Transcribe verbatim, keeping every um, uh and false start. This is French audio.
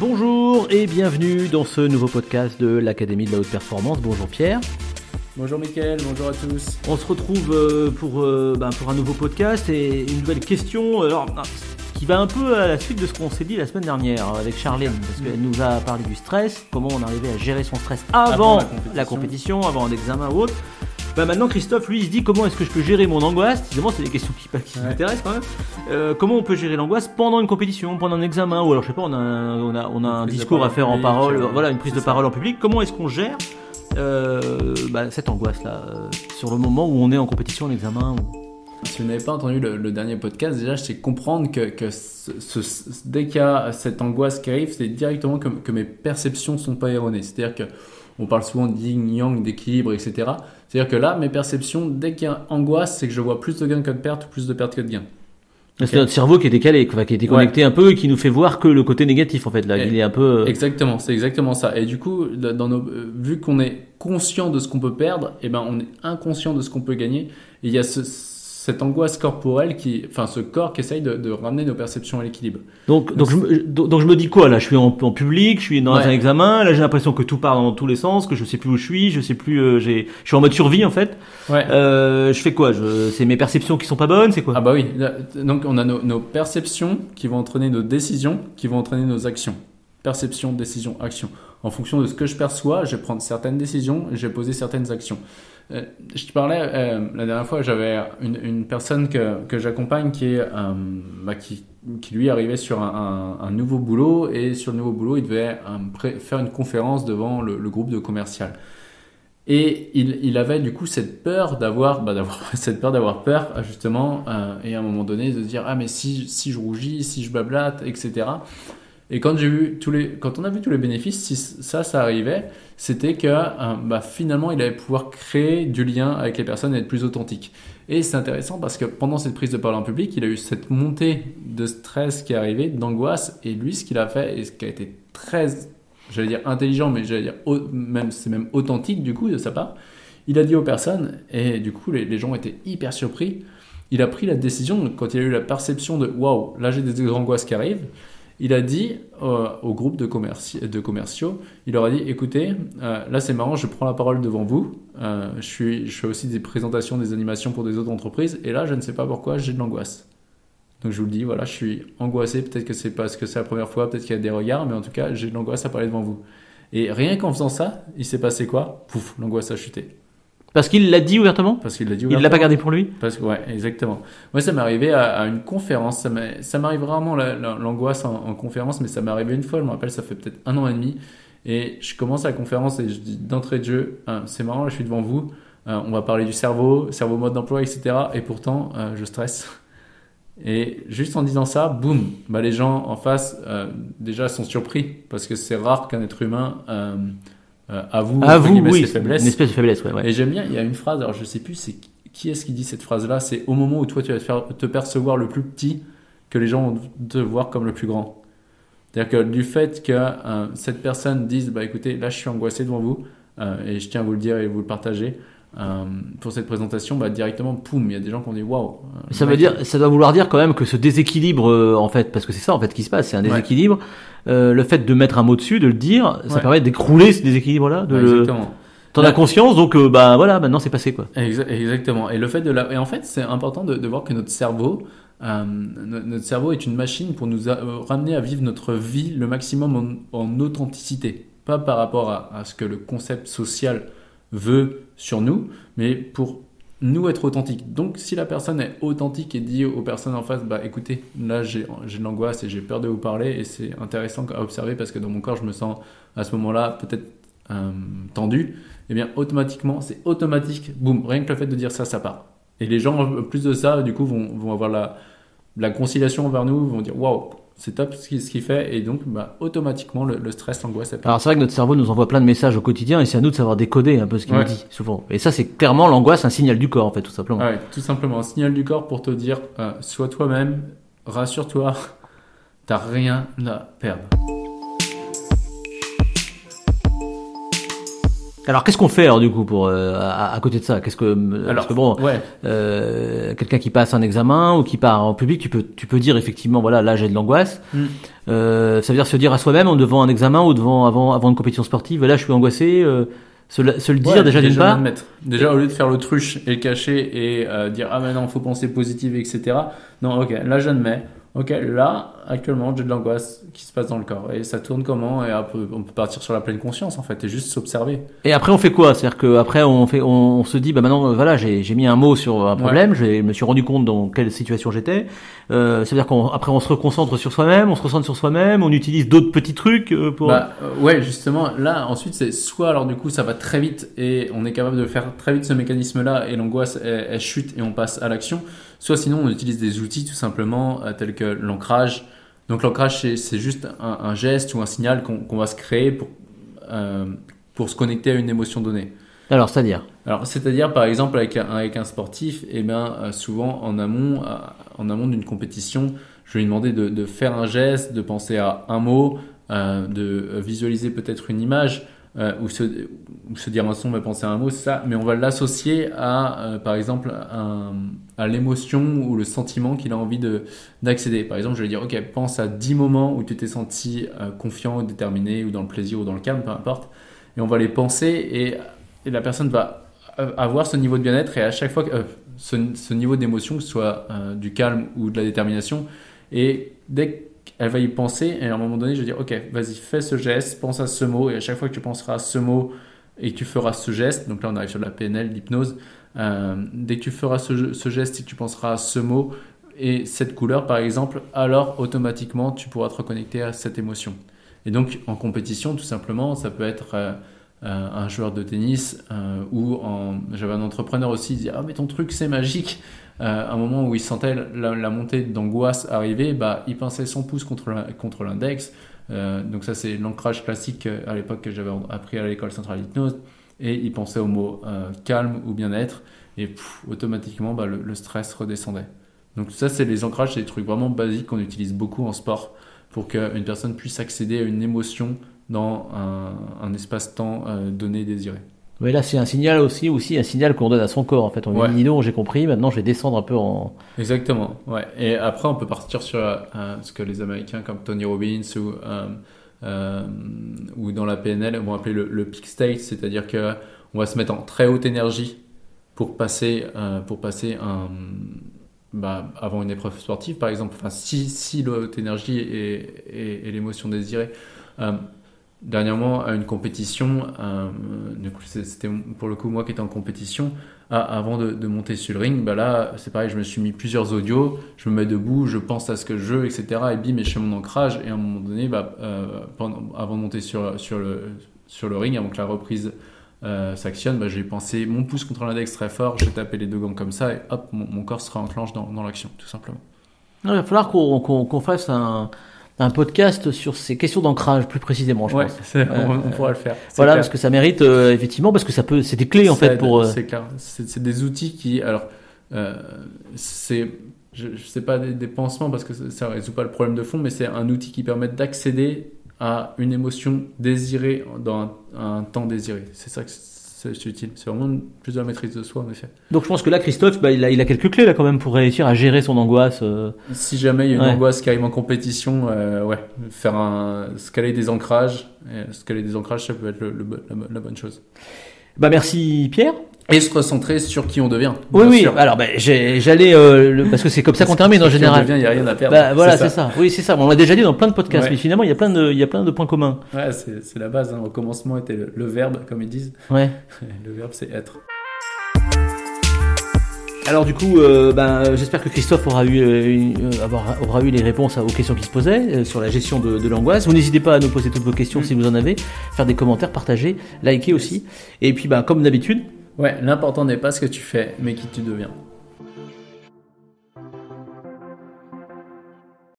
Bonjour et bienvenue dans ce nouveau podcast de l'Académie de la Haute Performance. Bonjour Pierre. Bonjour Mickaël, bonjour à tous. On se retrouve pour, ben, pour un nouveau podcast et une nouvelle question alors, qui va un peu à la suite de ce qu'on s'est dit la semaine dernière avec Charlène, parce qu'elle nous a parlé du stress, comment on arrivait à gérer son stress avant, avant la, compétition. la compétition, avant un examen ou autre. Bah maintenant Christophe lui il se dit comment est-ce que je peux gérer mon angoisse. Évidemment c'est des questions qui, qui ouais. m'intéressent quand même. Euh, comment on peut gérer l'angoisse pendant une compétition, pendant un examen, ou alors je sais pas, on a un, on a, on a un discours à faire en parole, euh, voilà une prise de ça. parole en public. Comment est-ce qu'on gère euh, bah, cette angoisse là euh, sur le moment où on est en compétition, en examen ou... Si vous n'avez pas entendu le, le dernier podcast, déjà je sais comprendre que, que ce, ce, dès qu'il y a cette angoisse qui arrive, c'est directement que, que mes perceptions sont pas erronées. C'est-à-dire que on parle souvent de yin-yang, d'équilibre, et cetera. C'est-à-dire que là, mes perceptions, dès qu'il y a angoisse, c'est que je vois plus de gains que de pertes ou plus de pertes que de gains. C'est okay. Notre cerveau qui est décalé, qui est déconnecté ouais. un peu et qui nous fait voir que le côté négatif en fait. Là, et il est un peu. Exactement, c'est exactement ça. Et du coup, dans nos, vu qu'on est conscient de ce qu'on peut perdre, et ben on est inconscient de ce qu'on peut gagner. Et il y a ce, cette angoisse corporelle qui, enfin, ce corps qui essaye de, de ramener nos perceptions à l'équilibre. Donc, donc, donc, je, donc je me dis quoi là? Je suis en, en public, je suis dans ouais. un examen. Là, j'ai l'impression que tout part dans tous les sens, que je sais plus où je suis, je sais plus. Euh, j'ai, je suis en mode survie en fait. Ouais. Euh, je fais quoi? Je, c'est mes perceptions qui sont pas bonnes, c'est quoi? Ah bah oui. Donc on a nos, nos perceptions qui vont entraîner nos décisions, qui vont entraîner nos actions. Perception, décision, action. En fonction de ce que je perçois, je vais prendre certaines décisions, je vais poser certaines actions. Euh, je te parlais euh, la dernière fois, j'avais une, une personne que, que j'accompagne qui est euh, bah, qui, qui lui arrivait sur un, un, un nouveau boulot, et sur le nouveau boulot il devait euh, pré- faire une conférence devant le, le groupe de commercial, et il, il avait du coup cette peur d'avoir bah, d'avoir cette peur d'avoir peur justement euh, et à un moment donné de se dire ah mais si si je rougis, si je blablate, etc. Et quand j'ai vu tous les, quand on a vu tous les bénéfices, si ça, ça arrivait, c'était que euh, bah, finalement, il allait pouvoir créer du lien avec les personnes et être plus authentique. Et c'est intéressant parce que pendant cette prise de parole en public, il a eu cette montée de stress qui est arrivée, d'angoisse. Et lui, ce qu'il a fait, et ce qui a été très, j'allais dire intelligent, mais j'allais dire même, c'est même authentique du coup de sa part, il a dit aux personnes, et du coup, les, les gens étaient hyper surpris. Il a pris la décision, quand il a eu la perception de waouh, là j'ai des angoisses qui arrivent. Il a dit euh, au groupe de, commerci- de commerciaux, il leur a dit écoutez, euh, là c'est marrant, je prends la parole devant vous, euh, je, suis, je fais aussi des présentations, des animations pour des autres entreprises, et là je ne sais pas pourquoi j'ai de l'angoisse. Donc je vous le dis, voilà, je suis angoissé, peut-être que c'est parce que c'est la première fois, peut-être qu'il y a des regards, mais en tout cas j'ai de l'angoisse à parler devant vous. Et rien qu'en faisant ça, il s'est passé quoi? Pouf, l'angoisse a chuté. Parce qu'il l'a dit ouvertement? Parce qu'il l'a dit ouvertement. Il l'a pas gardé pour lui? Parce que, ouais, exactement. Moi, ça m'est arrivé à, à une conférence. Ça, m'est, ça m'arrive rarement la, la, l'angoisse en, en conférence, mais ça m'est arrivé une fois. Je me rappelle, ça fait peut-être un an et demi. Et je commence la conférence et je dis d'entrée de jeu, hein, c'est marrant, là, je suis devant vous. Euh, on va parler du cerveau, cerveau mode d'emploi, et cetera. Et pourtant, euh, je stresse. Et juste en disant ça, boum, bah, les gens en face, euh, déjà, sont surpris parce que c'est rare qu'un être humain, euh, Euh, avoue, avoue oui, ses faiblesses. Une espèce de faiblesse, ouais, ouais. Et j'aime bien, il y a une phrase, alors je sais plus c'est qui est-ce qui dit cette phrase-là, c'est au moment où toi tu vas te, faire, te percevoir le plus petit, que les gens vont te voir comme le plus grand. C'est-à-dire que du fait que euh, cette personne dise, bah écoutez, là je suis angoissé devant vous, euh, et je tiens à vous le dire et vous le partager, euh, pour cette présentation, bah directement, poum, il y a des gens qui ont dit waouh. Ça veut dire, ça doit vouloir dire quand même que ce déséquilibre, euh, en fait, parce que c'est ça en fait qui se passe, c'est un déséquilibre. Ouais. Euh, le fait de mettre un mot dessus, de le dire, ça ouais. permet d'écrouler ce déséquilibre-là, de ouais, le. Exactement. T'en as conscience, donc euh, bah voilà, maintenant c'est passé quoi. Exactement. Et le fait de la, et en fait, c'est important de, de voir que notre cerveau, euh, notre cerveau est une machine pour nous a, euh, ramener à vivre notre vie le maximum en, en authenticité, pas par rapport à, à ce que le concept social veut sur nous, mais pour nous être authentiques. Donc, si la personne est authentique et dit aux personnes en face, bah écoutez, là j'ai, j'ai de l'angoisse et j'ai peur de vous parler, et c'est intéressant à observer parce que dans mon corps, je me sens à ce moment-là peut-être euh, tendu, et bien automatiquement, c'est automatique, boum, rien que le fait de dire ça, ça part. Et les gens, plus de ça, du coup, vont, vont avoir la, la conciliation envers nous, vont dire waouh, c'est top ce qu'il, ce qu'il fait, et donc bah, automatiquement le, le stress, l'angoisse, ça part. Alors c'est vrai que notre cerveau nous envoie plein de messages au quotidien, et c'est à nous de savoir décoder un peu ce qu'il ouais. nous dit souvent. Et ça, c'est clairement l'angoisse, un signal du corps en fait, tout simplement. Ah ouais, tout simplement, un signal du corps pour te dire euh, sois toi-même, rassure-toi, t'as rien à perdre. Alors qu'est-ce qu'on fait alors du coup pour euh, à, à côté de ça? Qu'est-ce que alors parce que bon, ouais. euh, quelqu'un qui passe un examen ou qui part en public, tu peux tu peux dire effectivement voilà là j'ai de l'angoisse. Mm. Euh, ça veut dire se dire à soi-même devant un examen ou devant avant avant une compétition sportive, là je suis angoissé. Euh, se, se le dire ouais, déjà d'une part. Déjà au lieu de faire l'autruche et le cacher et euh, dire ah mais non faut penser positif et cetera. Non ok là j'admets. Ok, là, actuellement, j'ai de l'angoisse qui se passe dans le corps. Et ça tourne comment? Et après, on peut partir sur la pleine conscience, en fait, et juste s'observer. Et après, on fait quoi? C'est-à-dire qu'après, on fait, on, on se dit, bah maintenant, voilà, j'ai, j'ai mis un mot sur un problème, ouais. Je me suis rendu compte dans quelle situation j'étais. Euh, ça veut dire qu'après, on se reconcentre sur soi-même, on se recentre sur soi-même, on utilise d'autres petits trucs pour... Bah, euh, ouais, justement, là, ensuite, c'est soit, alors du coup, ça va très vite et on est capable de faire très vite ce mécanisme-là et l'angoisse, elle, elle chute et on passe à l'action. Soit sinon, on utilise des outils tout simplement euh, tels que l'ancrage. Donc l'ancrage, c'est, c'est juste un, un geste ou un signal qu'on, qu'on va se créer pour, euh, pour se connecter à une émotion donnée. Alors, c'est-à-dire Alors, c'est-à-dire, par exemple, avec un, avec un sportif, eh bien, euh, souvent en amont, euh, en amont d'une compétition, je vais lui demander de, de faire un geste, de penser à un mot, euh, de visualiser peut-être une image, euh, ou, se, ou se dire un son, mais penser à un mot, c'est ça. Mais on va l'associer à, euh, par exemple, un, à l'émotion ou le sentiment qu'il a envie de, d'accéder. Par exemple, je vais dire, ok, pense à dix moments où tu t'es senti euh, confiant, ou déterminé, ou dans le plaisir, ou dans le calme, peu importe. Et on va les penser et, et la personne va avoir ce niveau de bien-être et à chaque fois, euh, ce, ce niveau d'émotion, que ce soit euh, du calme ou de la détermination. Et dès qu'elle va y penser, et à un moment donné, je vais dire, ok, vas-y, fais ce geste, pense à ce mot, et à chaque fois que tu penseras à ce mot et que tu feras ce geste, donc là on arrive sur la P N L, l'hypnose, euh, dès que tu feras ce, ce geste et que tu penseras à ce mot et cette couleur par exemple, alors automatiquement tu pourras te reconnecter à cette émotion. Et donc en compétition, tout simplement, ça peut être euh, euh, un joueur de tennis euh, ou en... j'avais un entrepreneur aussi, il disait, ah mais ton truc c'est magique. Euh, à un moment où il sentait la, la montée d'angoisse arriver, bah, il pinçait son pouce contre, la, contre l'index. Euh, donc ça, c'est l'ancrage classique à l'époque que j'avais appris à l'école centrale d'hypnose. Et il pensait au mot euh, calme ou bien-être. Et pff, automatiquement, bah, le, le stress redescendait. Donc ça, c'est les ancrages, c'est des trucs vraiment basiques qu'on utilise beaucoup en sport pour qu'une personne puisse accéder à une émotion dans un, un espace-temps euh, donné, désiré. Oui, là, c'est un signal aussi, aussi un signal qu'on donne à son corps. En fait, on lui dit, dis donc, j'ai compris, maintenant je vais descendre un peu en... Exactement, ouais. Et après, on peut partir sur euh, ce que les Américains comme Tony Robbins ou, euh, euh, ou dans la P N L vont appeler le, le peak state, c'est-à-dire qu'on va se mettre en très haute énergie pour passer, euh, pour passer un, bah, avant une épreuve sportive, par exemple. Enfin, si, si la haute énergie est, est, est l'émotion désirée... Euh, Dernièrement, à une compétition, euh, c'était pour le coup moi qui étais en compétition, à, avant de, de monter sur le ring, bah là c'est pareil, je me suis mis plusieurs audios, je me mets debout, je pense à ce que je veux, et cetera. Et bim, et je fais mon ancrage, et à un moment donné, bah, euh, pendant, avant de monter sur, sur, le, sur le ring, avant que la reprise euh, s'actionne, bah, j'ai pensé mon pouce contre l'index très fort, j'ai tapé les deux gants comme ça, et hop, mon, mon corps se réenclenche dans, dans l'action, tout simplement. Non, il va falloir qu'on, qu'on, qu'on fasse un... un podcast sur ces questions d'ancrage plus précisément, je ouais, pense. C'est, on, euh, on pourra le faire. Voilà, clair. Parce que ça mérite euh, effectivement, parce que ça peut, c'est des clés en ça fait aide, pour. Euh... C'est clair. C'est, c'est des outils qui, alors, euh, c'est, je, je sais pas des, des pansements parce que ça, ça résout pas le problème de fond, mais c'est un outil qui permet d'accéder à une émotion désirée dans un, un temps désiré. C'est ça que c'est utile. C'est vraiment plus de la maîtrise de soi, en effet. Donc je pense que là, Christophe, bah, il, a, il a quelques clés là quand même pour réussir à gérer son angoisse. Euh... Si jamais il y a une ouais. angoisse qui arrive en compétition, euh, ouais, faire un scaler des ancrages. Et scaler des ancrages, ça peut être le, le, la, la bonne chose. Bah merci Pierre. Et se recentrer sur qui on devient. Oui, oui. Sûr. Alors, ben, bah, j'allais euh, le, parce que c'est comme ça qu'on termine en général. Qui on devient, il y a rien à perdre. Bah, voilà, c'est ça. c'est ça. Oui, c'est ça. Bon, on l'a déjà dit dans plein de podcasts, ouais. Mais finalement, il y a plein de, il y a plein de points communs. Ouais, c'est, c'est la base. Hein. Au commencement était le, le verbe, comme ils disent. Ouais. Le verbe, c'est être. Alors du coup, euh, ben, j'espère que Christophe aura eu, euh, avoir, aura eu les réponses aux questions qui se posaient euh, sur la gestion de, de l'angoisse. Vous n'hésitez pas à nous poser toutes vos questions mmh. si vous en avez, faire des commentaires, partager, liker aussi. Et puis, ben, comme d'habitude. Ouais, l'important n'est pas ce que tu fais, mais qui tu deviens.